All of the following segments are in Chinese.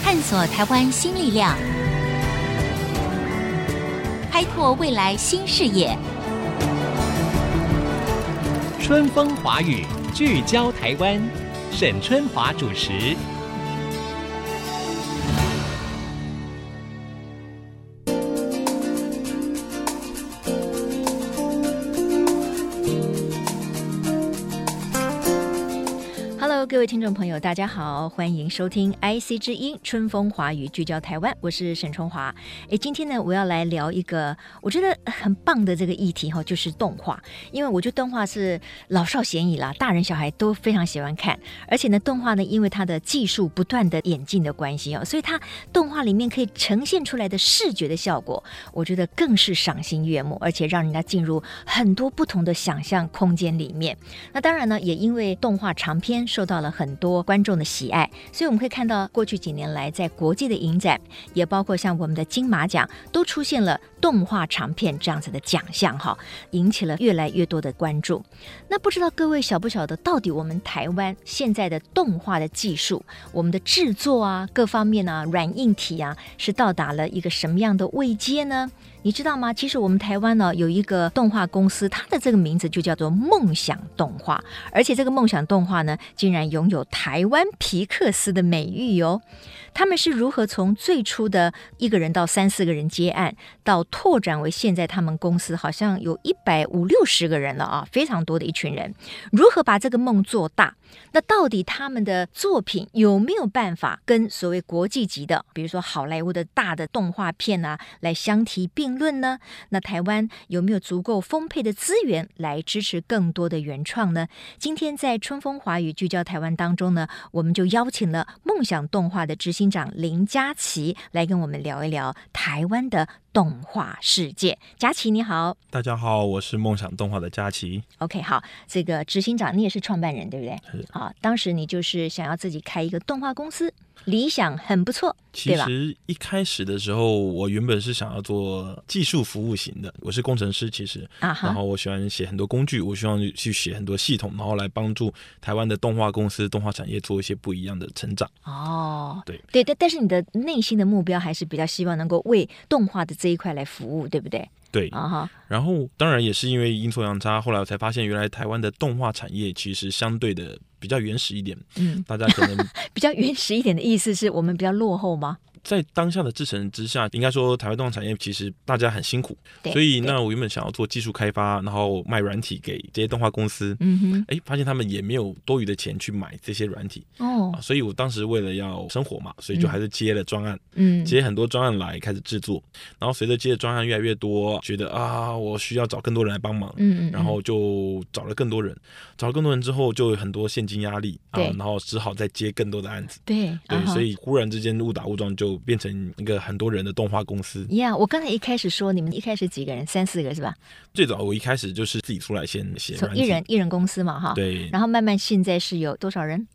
探索台湾新力量，开拓未来新视野。 春风华语，聚焦台湾，沈春华主持。 各位听众朋友大家好，欢迎收听 IC 之音春风华语，聚焦台湾，我是沈春华。今天呢我要来聊一个我觉得很棒的这个议题，就是动画。因为我觉得动画是老少咸宜啦，大人小孩都非常喜欢看，而且呢动画呢因为它的技术不断的演进的关系，所以它动画里面可以呈现出来的视觉的效果，我觉得更是赏心悦目，而且让人家进入很多不同的想象空间里面。那当然呢也因为动画长篇受到了很多观众的喜爱，所以我们可以看到过去几年来在国际的影展，也包括像我们的金马奖，都出现了动画长片这样子的奖项，引起了越来越多的关注。那不知道各位晓不晓得，到底我们台湾现在的动画的技术，我们的制作啊，各方面啊，软硬体啊，是到达了一个什么样的位阶呢？你知道吗？其实我们台湾呢有一个动画公司，它的这个名字就叫做梦想动画，而且这个梦想动画呢，竟然拥有台湾皮克斯的美誉哦。他们是如何从最初的一个人到3-4个人接案，到拓展为现在他们公司好像有150-160个人了啊，非常多的一群人。如何把这个梦做大？那到底他们的作品有没有办法跟所谓国际级的，比如说好莱坞的大的动画片啊，来相提并论呢？那台湾有没有足够丰沛的资源来支持更多的原创呢？今天在春风华语聚焦台湾当中呢，我们就邀请了梦想动画的执行长林佳琪来跟我们聊一聊台湾的动画世界。佳琪你好。 大家好，我是梦想动画的佳琪。 OK， 好，这个执行长你也是创办人对不对？好，当时你就是想要自己开一个动画公司，理想很不错。 其实一开始的时候我原本是想要做技术服务型的，我是工程师其实，然后我喜欢写很多工具，我希望去写很多系统，然后来帮助台湾的动画公司动画产业做一些不一样的成长。对， 但是你的内心的目标还是比较希望能够为动画的这一块来服务，对不对？ 对，然后当然也是因为阴错阳差，后来我才发现原来台湾的动画产业其实相对的比较原始一点。大家可能比较原始一点的意思是我们比较落后吗？ 在当下的制程之下，应该说台湾动画产业其实大家很辛苦，所以那我原本想要做技术开发，然后卖软体给这些动画公司，发现他们也没有多余的钱去买这些软体，所以我当时为了要生活嘛，所以就还是接了专案，接很多专案来开始制作，然后随着接的专案越来越多，觉得我需要找更多人来帮忙，然后就找了更多人之后就有很多现金压力，然后只好再接更多的案子，对，所以忽然之间误打误撞就变成一个很多人的动画公司。 我刚才一开始说你们一开始几个人，3-4个是吧？ 最早我一开始就是自己出来先写软体， 从一人公司嘛，对，然后慢慢现在是有多少人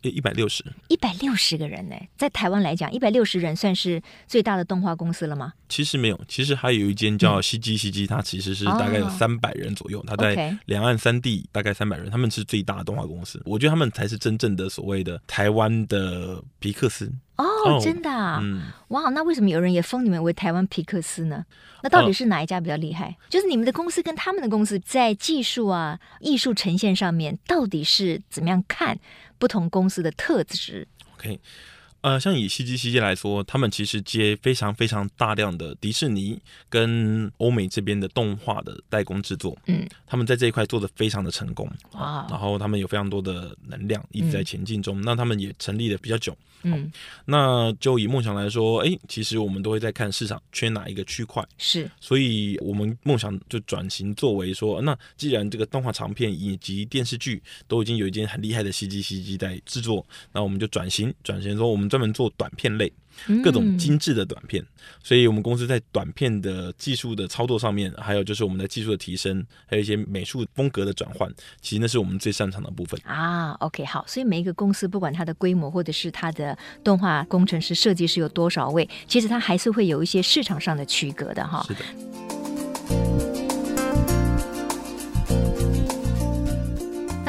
？160个人呢，在台湾来讲160人算是最大的动画公司了吗？ 其实没有，其实还有一间叫西基，它其实是大概有300人左右，它在两岸3地大概300人，他们是最大的动画公司，我觉得他们才是真正的所谓的台湾的皮克斯。 真的啊？哇，那为什么有人也封你们为台湾皮克斯呢？那到底是哪一家比较厉害？就是你们的公司跟他们的公司在技术啊、艺术呈现上面，到底是怎么样看不同公司的特质？ OK，像以西基来说，他们其实接非常非常大量的迪士尼跟欧美这边的动画的代工制作，他们在这一块做得非常的成功，然后他们有非常多的能量一直在前进中，那他们也成立的比较久。那就以梦想来说，其实我们都会在看市场缺哪一个区块，是，所以我们梦想就转型作为说，那既然这个动画长片以及电视剧都已经有一间很厉害的西基在制作，那我们就转型说我们专门做短片类，各种精致的短片，所以我们公司在短片的技术的操作上面，还有就是我们的技术的提升，还有一些美术风格的转换，其实那是我们最擅长的部分 OK， 好，所以每一个公司不管它的规模或者是它的动画工程师设计师有多少位，其实它还是会有一些市场上的区隔的哈。 是的。 那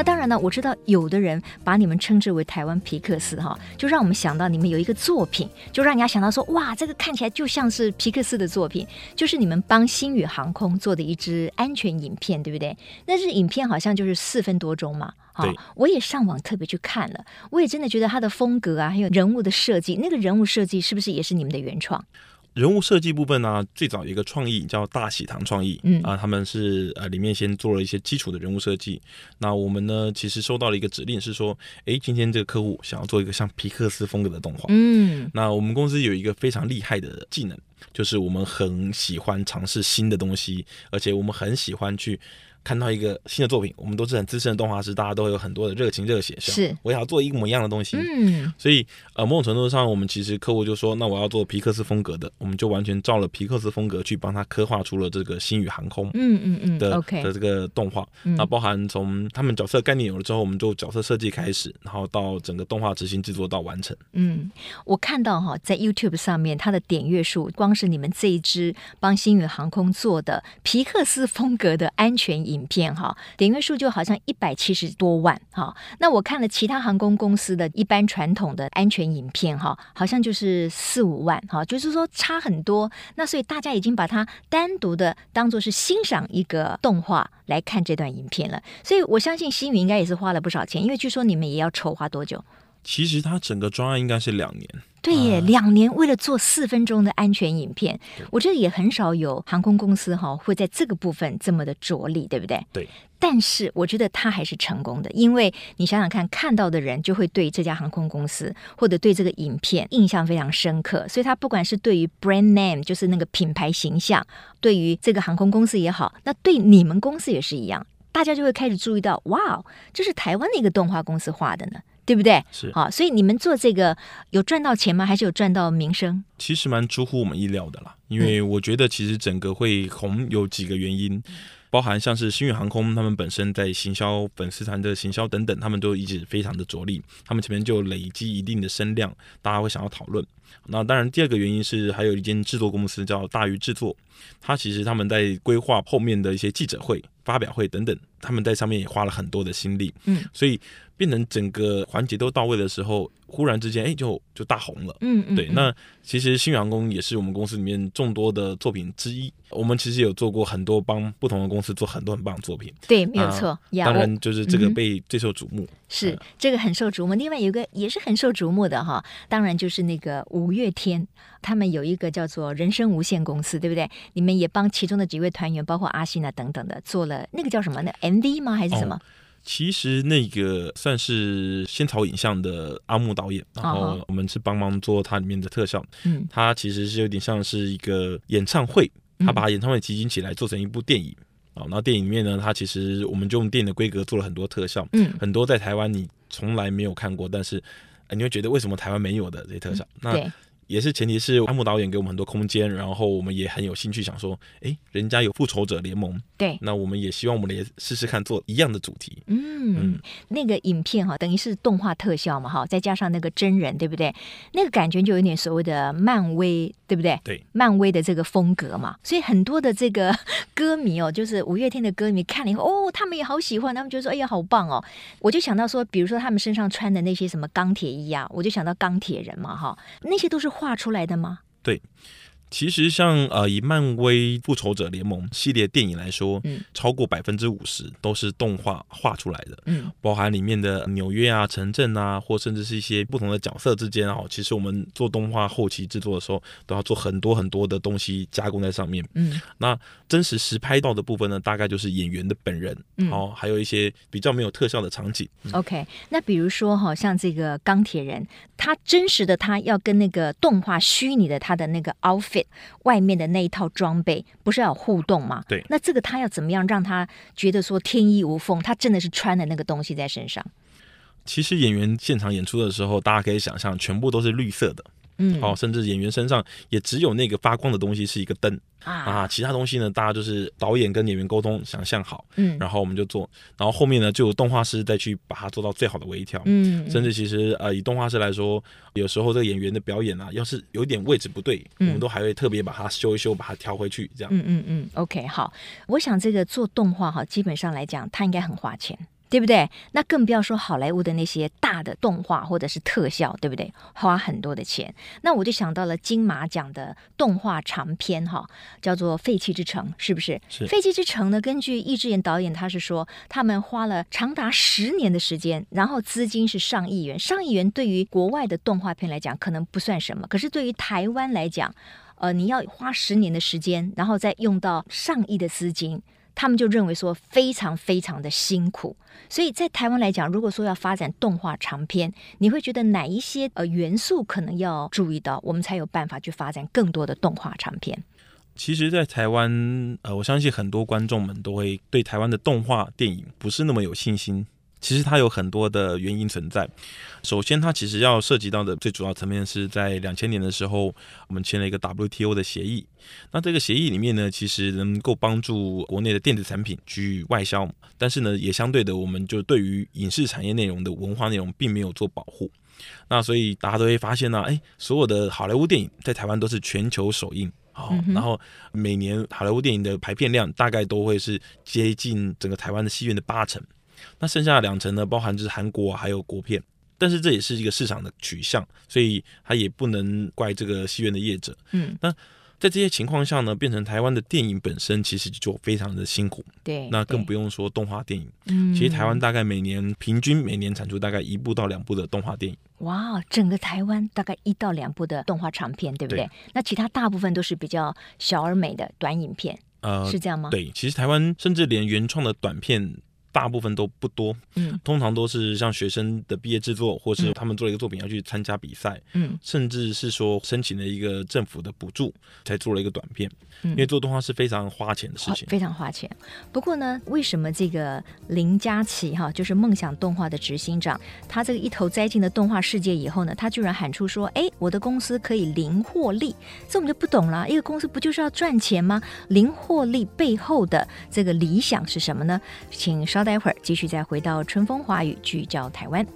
当然呢，我知道有的人把你们称之为台湾皮克斯哈，就让我们想到你们有一个作品，就让人家想到说，哇，这个看起来就像是皮克斯的作品，就是你们帮星宇航空做的一支安全影片，对不对？那支影片好像就是4分多钟嘛。 对， 我也上网特别去看了，我也真的觉得它的风格啊，还有人物的设计，那个人物设计是不是也是你们的原创？ 人物设计部分呢，最早有一个创意叫大喜堂创意，他们是里面先做了一些基础的人物设计。那我们呢，其实收到了一个指令是说，今天这个客户想要做一个像皮克斯风格的动画。那我们公司有一个非常厉害的技能，就是我们很喜欢尝试新的东西，而且我们很喜欢去看到一个新的作品，我们都是很资深的动画师，大家都有很多的热情热血， 是我也要做一模一样的东西。所以某种程度上，我们其实客户就说，那我要做皮克斯风格的，我们就完全照了皮克斯风格去帮他刻画出了这个星宇航空的这个动画。那包含从他们角色概念有了之后，我们就角色设计开始，然后到整个动画执行制作到完成。 我看到在 YouTube 上面，它的点阅数，光是你们这一支帮星宇航空做的皮克斯风格的安全影片点阅数就好像170多万那我看了其他航空公司的一般传统的安全影片好像就是4-5万就是说差很多。那所以大家已经把它单独的当作是欣赏一个动画来看这段影片了。所以我相信星宇应该也是花了不少钱，因为据说你们也要筹划多久？ 其实它整个专案应该是2年。 对耶，2年为了做4分钟的安全影片，我觉得也很少有航空公司会在这个部分这么的着力，对不对？ 对。 但是我觉得他还是成功的，因为你想想看，看到的人就会对这家航空公司或者对这个影片印象非常深刻，所以他不管是对于 brand name， 就是那个品牌形象，对于这个航空公司也好，那对你们公司也是一样，大家就会开始注意到，哇，这是台湾的一个动画公司画的呢。对不对？ 是所以你们做这个有赚到钱吗？还是有赚到名声？ 其实蛮出乎我们意料的啦，因为我觉得其实整个会红有几个原因，包含像是星宇航空他们本身在行销、粉丝团的行销等等，他们都一直非常的着力，他们前面就累积一定的声量，大家会想要讨论。那当然第二个原因是还有一间制作公司叫大鱼制作，他其实他们在规划后面的一些记者会、发表会等等，他们在上面也花了很多的心力，所以变成整个环节都到位的时候，忽然之间就大红了。对。那其实星宇航空也是我们公司里面众多的作品之一，我们其实有做过很多帮不同的公司做很多很棒的作品。 对，没有错。 当然就是这个被最受瞩目。 是这个很受瞩目。另外有一个也是很受瞩目的当然就是那个5月天，他们有一个叫做人生无限公司，对不对？你们也帮其中的几位团员，包括阿信啊等等的，做了那个叫什么呢？ MV 吗？还是什么？ 其实那个算是仙草影像的阿木导演，然后我们是帮忙做它里面的特效。它其实是有点像是一个演唱会，他把演唱会集锦起来做成一部电影。然后电影里面呢，它其实我们就用电影的规格做了很多特效，很多在台湾你从来没有看过，但是你会觉得为什么台湾没有的这些特效。那也是前提是阿木导演给我们很多空间，然后我们也很有兴趣想说，人家有复仇者联盟，对，那我们也希望我们也试试看做一样的主题。那个影片等于是动画特效嘛，再加上那个真人，对不对？那个感觉就有点所谓的漫威，对不对？对，漫威的这个风格嘛，所以很多的这个歌迷就是5月天的歌迷看了以后，他们也好喜欢，他们觉得说，哎呀，好棒哦！我就想到说，比如说他们身上穿的那些什么钢铁衣啊，我就想到钢铁人嘛，那些都是画出来的吗？对。其实像以漫威复仇者联盟系列电影来说，超过50%都是动画画出来的，包含里面的纽约啊、城镇啊，或甚至是一些不同的角色之间其实我们做动画后期制作的时候，都要做很多很多的东西加工在上面。那真实实拍到的部分呢，大概就是演员的本人，还有一些比较没有特效的场景。OK， 那比如说像这个钢铁人，他真实的他要跟那个动画虚拟的他的那个 outfit外面的那一套装备不是要有互动吗？对，那这个他要怎么样让他觉得说天衣无缝，他真的是穿的那个东西在身上？其实演员现场演出的时候，大家可以想象全部都是绿色的，甚至演员身上也只有那个发光的东西是一个灯其他东西呢，大家就是导演跟演员沟通想象好，然后我们就做，然后后面呢就有动画师再去把它做到最好的微调，甚至其实以动画师来说，有时候这个演员的表演要是有点位置不对，我们都还会特别把它修一修，把它调回去，这样。OK， 好，我想这个做动画基本上来讲，它应该很花钱。 对不对？那更不要说好莱坞的那些大的动画或者是特效，对不对？花很多的钱。那我就想到了金马奖的动画长片叫做《废弃之城》，是不是？ 是。 废弃之城呢，根据易智言导演他是说，他们花了长达10年的时间，然后资金是上亿元。上亿元对于国外的动画片来讲可能不算什么，可是对于台湾来讲，你要花10年的时间，然后再用到上亿的资金，他们就认为说非常非常的辛苦。所以在台湾来讲，如果说要发展动画长片，你会觉得哪一些元素可能要注意到，我们才有办法去发展更多的动画长片？ 其实在台湾我相信很多观众们都会对台湾的动画电影不是那么有信心。其实它有很多的原因存在。首先它其实要涉及到的最主要层面是在2000年的时候，我们签了一个 WTO 的协议。那这个协议里面呢，其实能够帮助国内的电子产品去外销，但是呢也相对的我们就对于影视产业内容的文化内容并没有做保护。那所以大家都会发现所有的好莱坞电影在台湾都是全球首映。然后每年好莱坞电影的排片量大概都会是接近整个台湾的戏院的80%。那剩下的2成呢，包含就是韩国还有国片，但是这也是一个市场的取向，所以它也不能怪这个戏院的业者。那在这些情况下呢，变成台湾的电影本身其实就非常的辛苦。 对， 那更不用说动画电影。其实台湾大概平均每年产出大概1部到2部的动画电影。 哇，整个台湾大概1到2部的动画长片，对不对？那其他大部分都是比较小而美的短影片，是这样吗？ 对，其实台湾甚至连原创的短片大部分都不多，通常都是像学生的毕业制作，或是他们做了一个作品要去参加比赛，甚至是说申请了一个政府的补助才做了一个短片，因为做动画是非常花钱的事情， 非常花钱。不过呢，为什么这个林嘉琪就是梦想动画的执行长，他这个一头栽进了动画世界以后呢，他居然喊出说，我的公司可以零获利，这我们就不懂了，一个公司不就是要赚钱吗？零获利背后的这个理想是什么呢？请稍待会儿继续再回到春风华语，聚焦台湾。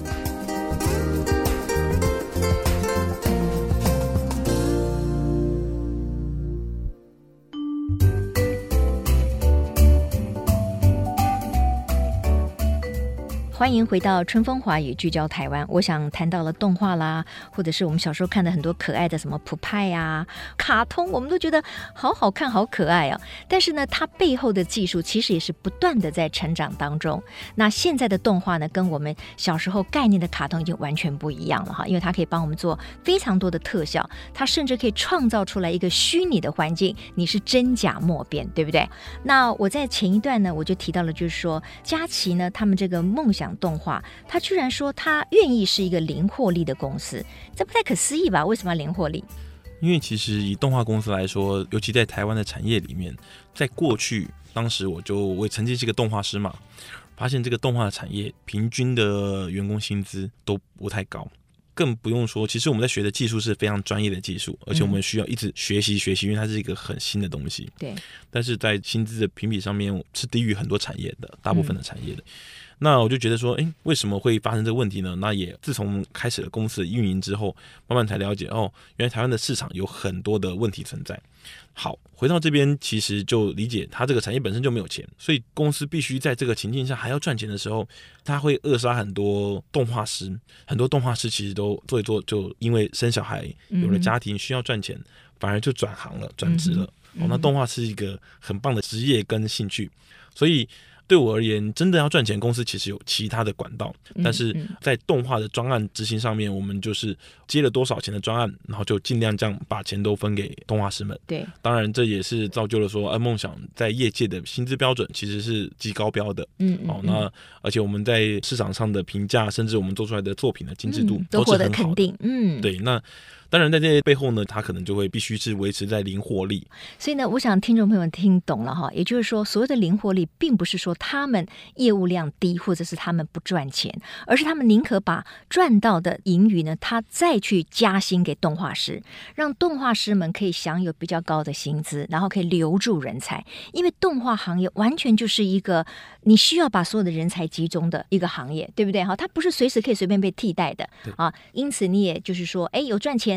欢迎回到春风华语，聚焦台湾。我想谈到了动画啦，或者是我们小时候看的很多可爱的什么普派啊、卡通，我们都觉得好好看、好可爱啊。但是呢，它背后的技术其实也是不断的在成长当中。那现在的动画呢，跟我们小时候概念的卡通已经完全不一样了哈，因为它可以帮我们做非常多的特效，它甚至可以创造出来一个虚拟的环境，你是真假莫辨，对不对？那我在前一段呢，我就提到了，就是说嘉琪呢，他们这个梦想动画，他居然说他愿意是一个零获利的公司，这不太可思议吧？为什么要零获利？ 因为其实以动画公司来说，尤其在台湾的产业里面，在过去当时我也曾经是一个动画师嘛，发现这个动画产业平均的员工薪资都不太高，更不用说其实我们在学的技术是非常专业的技术，而且我们需要一直学习，因为它是一个很新的东西。 对， 但是在薪资的评比上面是低于很多产业的，大部分的产业的。那我就觉得说，为什么会发生这个问题呢？那也自从开始了公司的运营之后，慢慢才了解，原来台湾的市场有很多的问题存在。好，回到这边，其实就理解它这个产业本身就没有钱，所以公司必须在这个情境下还要赚钱的时候，它会扼杀很多动画师。很多动画师其实都做一做，就因为生小孩，有了家庭需要赚钱，反而就转行了，转职了。那动画是一个很棒的职业跟兴趣，所以对我而言，真的要赚钱，公司其实有其他的管道，但是在动画的专案执行上面，我们就是接了多少钱的专案，然后就尽量这样把钱都分给动画师们。 对， 当然这也是造就了说，梦想在业界的薪资标准其实是极高标的。那而且我们在市场上的评价，甚至我们做出来的作品的精致度都获得肯定。 对，那当然在这些背后呢，它可能就会必须是维持在零获利。 所以呢，我想听众朋友听懂了哈，也就是说，所谓的零获利，并不是说他们业务量低，或者是他们不赚钱，而是他们宁可把赚到的盈余呢，他再去加薪给动画师，让动画师们可以享有比较高的薪资，然后可以留住人才。因为动画行业完全就是一个你需要把所有的人才集中的一个行业，对不对？它不是随时可以随便被替代的啊。因此你也就是说，有赚钱。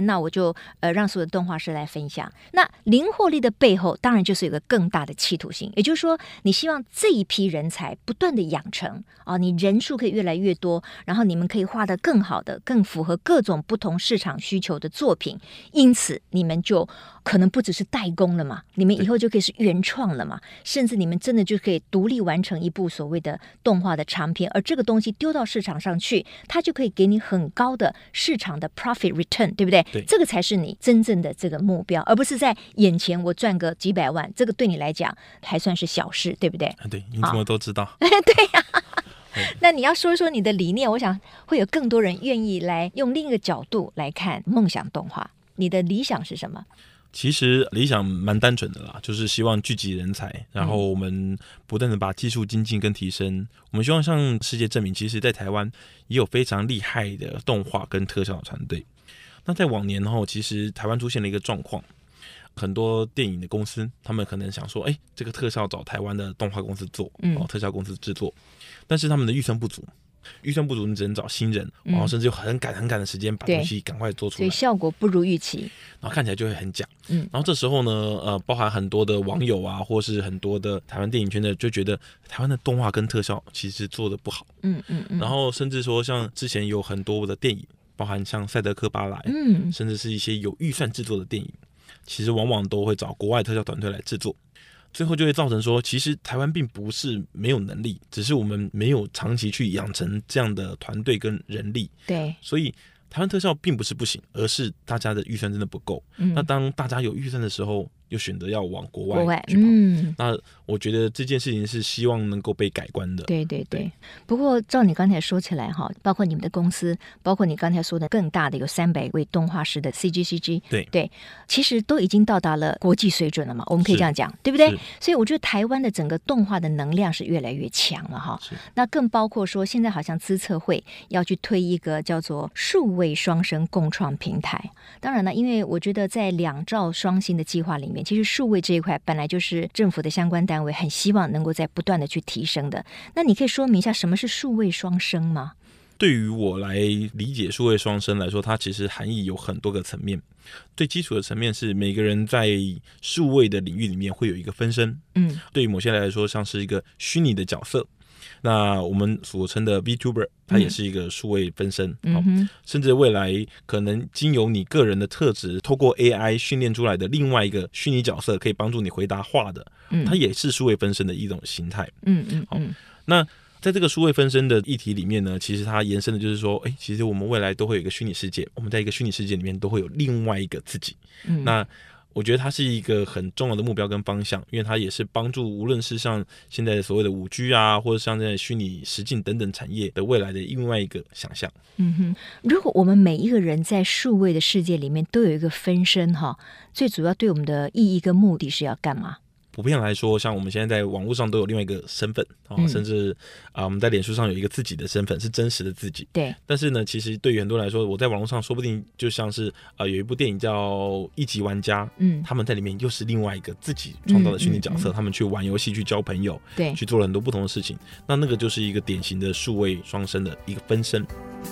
间，那我就让所有的动画师来分享。那灵活力的背后，当然就是有个更大的企图心，也就是说，你希望这一批人才不断的养成啊，你人数可以越来越多，然后你们可以画得更好的、更符合各种不同市场需求的作品，因此你们就可能不只是代工了嘛，你们以后就可以是原创了嘛，甚至你们真的就可以独立完成一部所谓的动画的长片，而这个东西丢到市场上去，它就可以给你很高的市场的 profit return， 对不对？ 对， 这个才是你真正的这个目标，而不是在眼前我赚个几百万，这个对你来讲还算是小事，对不对？ 对，你怎么都知道？ 对呀、那你要说说你的理念，我想会有更多人愿意来用另一个角度来看梦想动画。你的理想是什么？ 其实理想蛮单纯的啦，就是希望聚集人才，然后我们不断的把技术精进跟提升。我们希望向世界证明，其实在台湾也有非常厉害的动画跟特效团队。那在往年后，其实台湾出现了一个状况，很多电影的公司，他们可能想说，这个特效找台湾的动画公司做，特效公司制作，但是他们的预算不足，你只能找新人，然后甚至有很赶的时间把东西赶快做出来， 所以效果不如预期， 然后看起来就会很假。然后这时候呢，包含很多的网友啊，或是很多的台湾电影圈的，就觉得台湾的动画跟特效其实做的不好。然后甚至说，像之前有很多的电影，包含像赛德克巴莱，甚至是一些有预算制作的电影，其实往往都会找国外特效团队来制作。最后就会造成说，其实台湾并不是没有能力，只是我们没有长期去养成这样的团队跟人力。 对， 所以台湾特效并不是不行，而是大家的预算真的不够。那当大家有预算的时候，又选择要往国外去跑。那我觉得这件事情是希望能够被改观的。 对。不过照你刚才说起来哈，包括你们的公司，包括你刚才说的更大的有300位动画师的 CGCG， 对，其实都已经到达了国际水准了嘛，我们可以这样讲，对不对？所以我觉得台湾的整个动画的能量是越来越强了哈。那更包括说，现在好像资策会要去推一个叫做数位双生共创平台。当然了，因为我觉得在2兆双星的计划里面，其实数位这一块本来就是政府的相关单位很希望能够在不断的去提升的。那你可以说明一下什么是数位双生吗？ 对于我来理解数位双生来说，它其实含义有很多个层面。最基础的层面是每个人在数位的领域里面会有一个分身，对于某些人来说像是一个虚拟的角色。那我们所称的 VTuber， 它也是一个数位分身，甚至未来可能经由你个人的特质，透过 AI 训练出来的另外一个虚拟角色，可以帮助你回答话的，它也是数位分身的一种形态。那在这个数位分身的议题里面呢，其实它延伸的就是说，其实我们未来都会有一个虚拟世界，我们在一个虚拟世界里面都会有另外一个自己。那我觉得它是一个很重要的目标跟方向，因为它也是帮助无论是像现在所谓的5G 啊，或者像在虚拟实境等等产业的未来的另外一个想象。 如果我们每一个人在数位的世界里面都有一个分身哈，最主要对我们的意义跟目的是要干嘛？ 普遍来说，像我们现在在网络上都有另外一个身份，甚至我们在脸书上有一个自己的身份，是真实的自己。对。但是呢，其实对于很多人来说，我在网络上说不定就像是有一部电影叫《一级玩家》，他们在里面又是另外一个自己创造的虚拟角色，他们去玩游戏、去交朋友，对，去做了很多不同的事情。那个就是一个典型的数位双生的一个分身。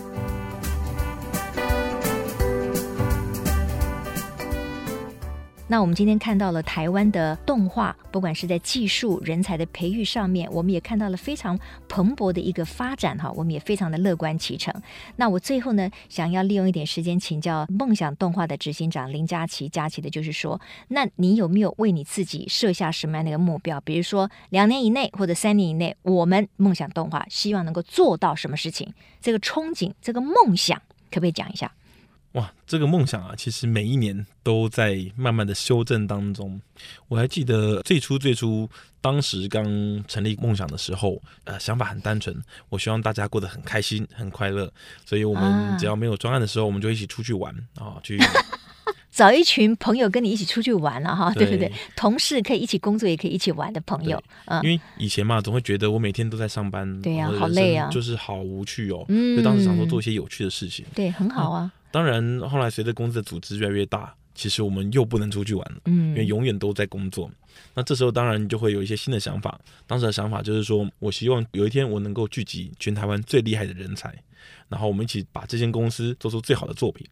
那我们今天看到了台湾的动画，不管是在技术人才的培育上面，我们也看到了非常蓬勃的一个发展哈，我们也非常的乐观其成。那我最后呢，想要利用一点时间请教梦想动画的执行长林佳琪的就是说，那你有没有为你自己设下什么样的一个目标？比如说2年以内或者3年以内，我们梦想动画希望能够做到什么事情？这个憧憬，这个梦想，可不可以讲一下？ 哇，这个梦想啊，其实每一年都在慢慢的修正当中。我还记得最初当时刚成立梦想的时候，想法很单纯，我希望大家过得很开心很快乐，所以我们只要没有专案的时候，我们就一起出去玩去找一群朋友跟你一起出去玩了哈，对不对？同事可以一起工作，也可以一起玩的朋友。 因为以前嘛，总会觉得我每天都在上班， 对呀，好累啊， 就是好无趣哦。所以当时想说做一些有趣的事情， 对，很好啊。 当然，后来随着公司的组织越来越大，其实我们又不能出去玩了，因为永远都在工作。那这时候当然就会有一些新的想法。当时的想法就是说，我希望有一天我能够聚集全台湾最厉害的人才，然后我们一起把这间公司做出最好的作品。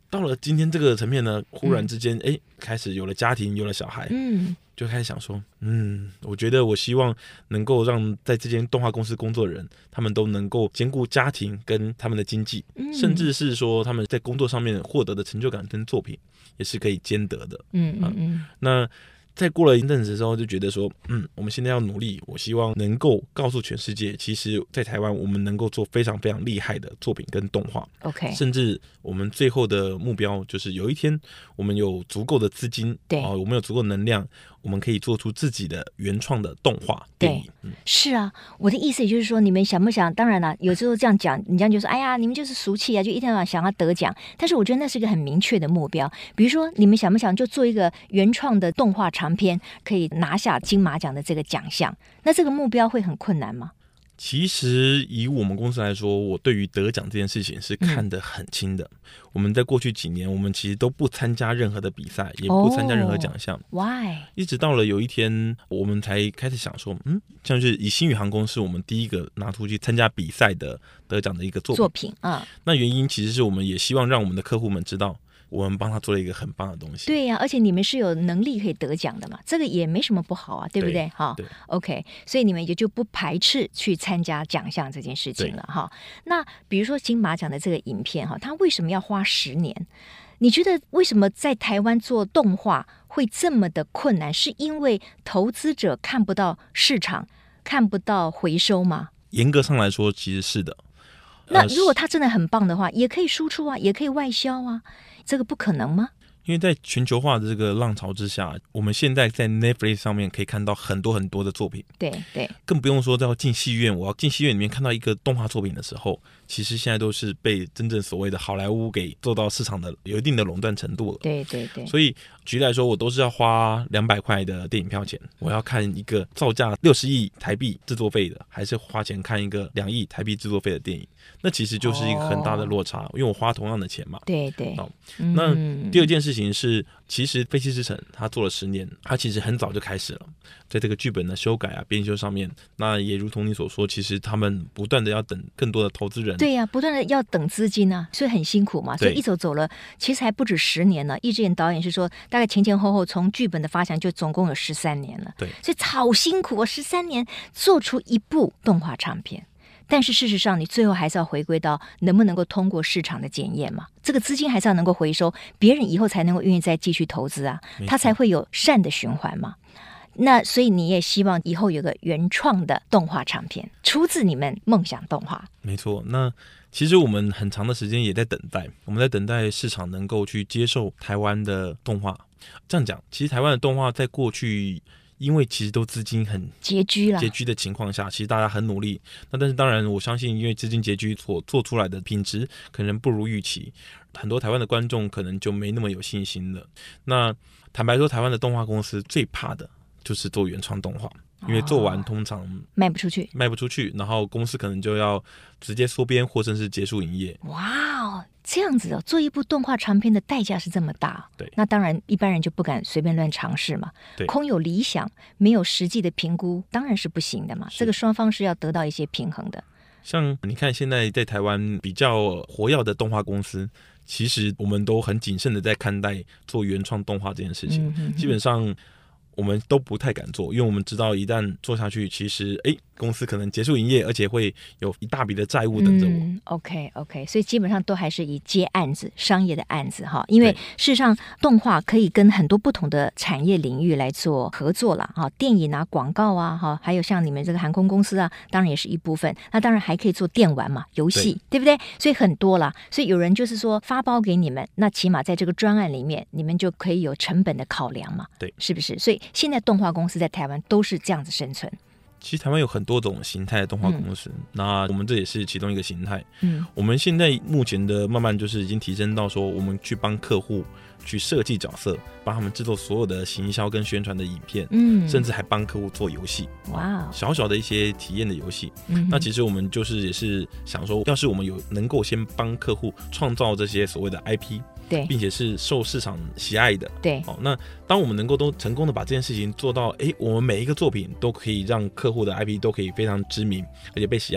到了今天这个层面呢，忽然之间开始有了家庭，有了小孩，就开始想说，我觉得我希望能够让在这间动画公司工作的人，他们都能够兼顾家庭跟他们的经济，甚至是说他们在工作上面获得的成就感跟作品也是可以兼得的。那在过了一阵子之后，就觉得说，我们现在要努力，我希望能够告诉全世界，其实在台湾我们能够做非常非常厉害的作品跟动画。 OK， 甚至我们最后的目标就是有一天我们有足够的资金，对，我们有足够的能量，我们可以做出自己的原创的动画电影。 是啊，我的意思也就是说，你们想不想？当然了，有时候这样讲，你这样就说，哎呀，你们就是俗气啊，就一天到晚想要得奖。但是我觉得那是一个很明确的目标。比如说，你们想不想就做一个原创的动画长片，可以拿下金马奖的这个奖项？那这个目标会很困难吗？ 其实以我们公司来说，我对于得奖这件事情是看得很轻的。我们在过去几年，我们其实都不参加任何的比赛，也不参加任何奖项。 Why？ 一直到了有一天，我们才开始想说，像是以星宇航空是我们第一个拿出去参加比赛的得奖的一个作品啊。那原因其实是我们也希望让我们的客户们知道，我们帮他做了一个很棒的东西。 对呀，而且你们是有能力可以得奖的嘛，这个也没什么不好啊，对不对？哈 ，OK， 所以你们也就不排斥去参加奖项这件事情了哈。那比如说金马奖的这个影片哈，它为什么要花10年？你觉得为什么在台湾做动画会这么的困难？是因为投资者看不到市场，看不到回收吗？ 严格上来说，其实是的。 那如果它真的很棒的话，也可以输出啊，也可以外销啊。这个不可能吗？ 因为在全球化的这个浪潮之下，我们现在在 Netflix 上面可以看到很多很多的作品， 对， 更不用说要进戏院。我要进戏院里面看到一个动画作品的时候，其实现在都是被真正所谓的好莱坞给做到市场的有一定的垄断程度了。 对。 所以举例来说，我都是要花200块的电影票钱，我要看一个造价60亿台币制作费的，还是花钱看一个2亿台币制作费的电影？那其实就是一个很大的落差，因为我花同样的钱嘛。 对。 那第二件事情是，其实《废弃之城》它做了10年，它其实很早就开始了，在这个剧本的修改啊、编修上面，那也如同你所说，其实他们不断的要等更多的投资人。 对呀，不断的要等资金啊，所以很辛苦嘛。所以一走了，其实还不止10年呢。易智言导演是说，大概前后从剧本的发想就总共有13年了。 对， 所以好辛苦啊，13年做出一部动画长片。但是事实上，你最后还是要回归到能不能够通过市场的检验嘛？这个资金还是要能够回收，别人以后才能够愿意再继续投资啊，它才会有善的循环嘛。那所以你也希望以后有个原创的动画长片，出自你们梦想动画。 没错，那其实我们很长的时间也在等待，我们在等待市场能够去接受台湾的动画。这样讲，其实台湾的动画在过去，因为其实都资金很拮据的情况下，其实大家很努力。那但是当然，我相信因为资金拮据所做出来的品质可能不如预期，很多台湾的观众可能就没那么有信心了。那坦白说，台湾的动画公司最怕的就是做原创动画，因为做完通常卖不出去， 然后公司可能就要直接缩编或甚至结束营业。 哇，这样子做一部动画长片的代价是这么大。 对， 那当然一般人就不敢随便乱尝试嘛。 对， 空有理想没有实际的评估当然是不行的嘛。这个双方是要得到一些平衡的。 像你看现在在台湾比较活跃的动画公司，其实我们都很谨慎的在看待做原创动画这件事情。基本上我们都不太敢做，因为我们知道一旦做下去，其实公司可能结束营业，而且会有一大笔的债务等着我。 OK， 所以基本上都还是以接案子、商业的案子哈，因为事实上动画可以跟很多不同的产业领域来做合作啦，哈，电影啊、广告啊，哈，还有像你们这个航空公司啊，当然也是一部分。那当然还可以做电玩嘛、游戏， 对不对？所以很多啦。所以有人就是说发包给你们，那起码在这个专案里面，你们就可以有成本的考量嘛， 对， 是不是？所以现在动画公司在台湾都是这样子生存。 其实台湾有很多种形态的动画公司，那我们这也是其中一个形态。我们现在目前的慢慢就是已经提升到说，我们去帮客户去设计角色，帮他们制作所有的行销跟宣传的影片，甚至还帮客户做游戏。哇，小小的一些体验的游戏。那其实我们就是也是想说，要是我们有能够先帮客户创造这些所谓的 IP。对，并且是受市场喜爱的。 对， 那当我们能够都成功的把这件事情做到，我们每一个作品都可以让客户的 IP 都可以非常知名，而且被喜爱。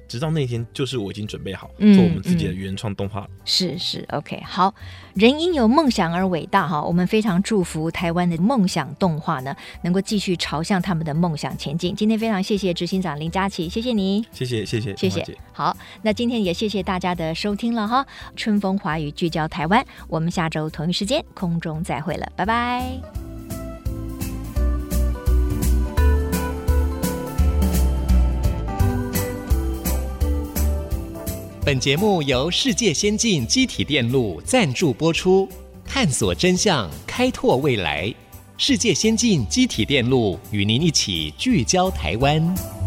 直到那天就是我已经准备好做我们自己的原创动画了。 是 OK， 好，人因有梦想而伟大哈，我们非常祝福台湾的梦想动画呢能够继续朝向他们的梦想前进。今天非常谢谢执行长林佳琪，谢谢你， 谢谢。 好，那今天也谢谢大家的收听了哈，春风华语聚焦台湾，我们下周同一时间空中再会了，拜拜。 本节目由世界先进机体电路赞助播出，探索真相，开拓未来。世界先进机体电路与您一起聚焦台湾。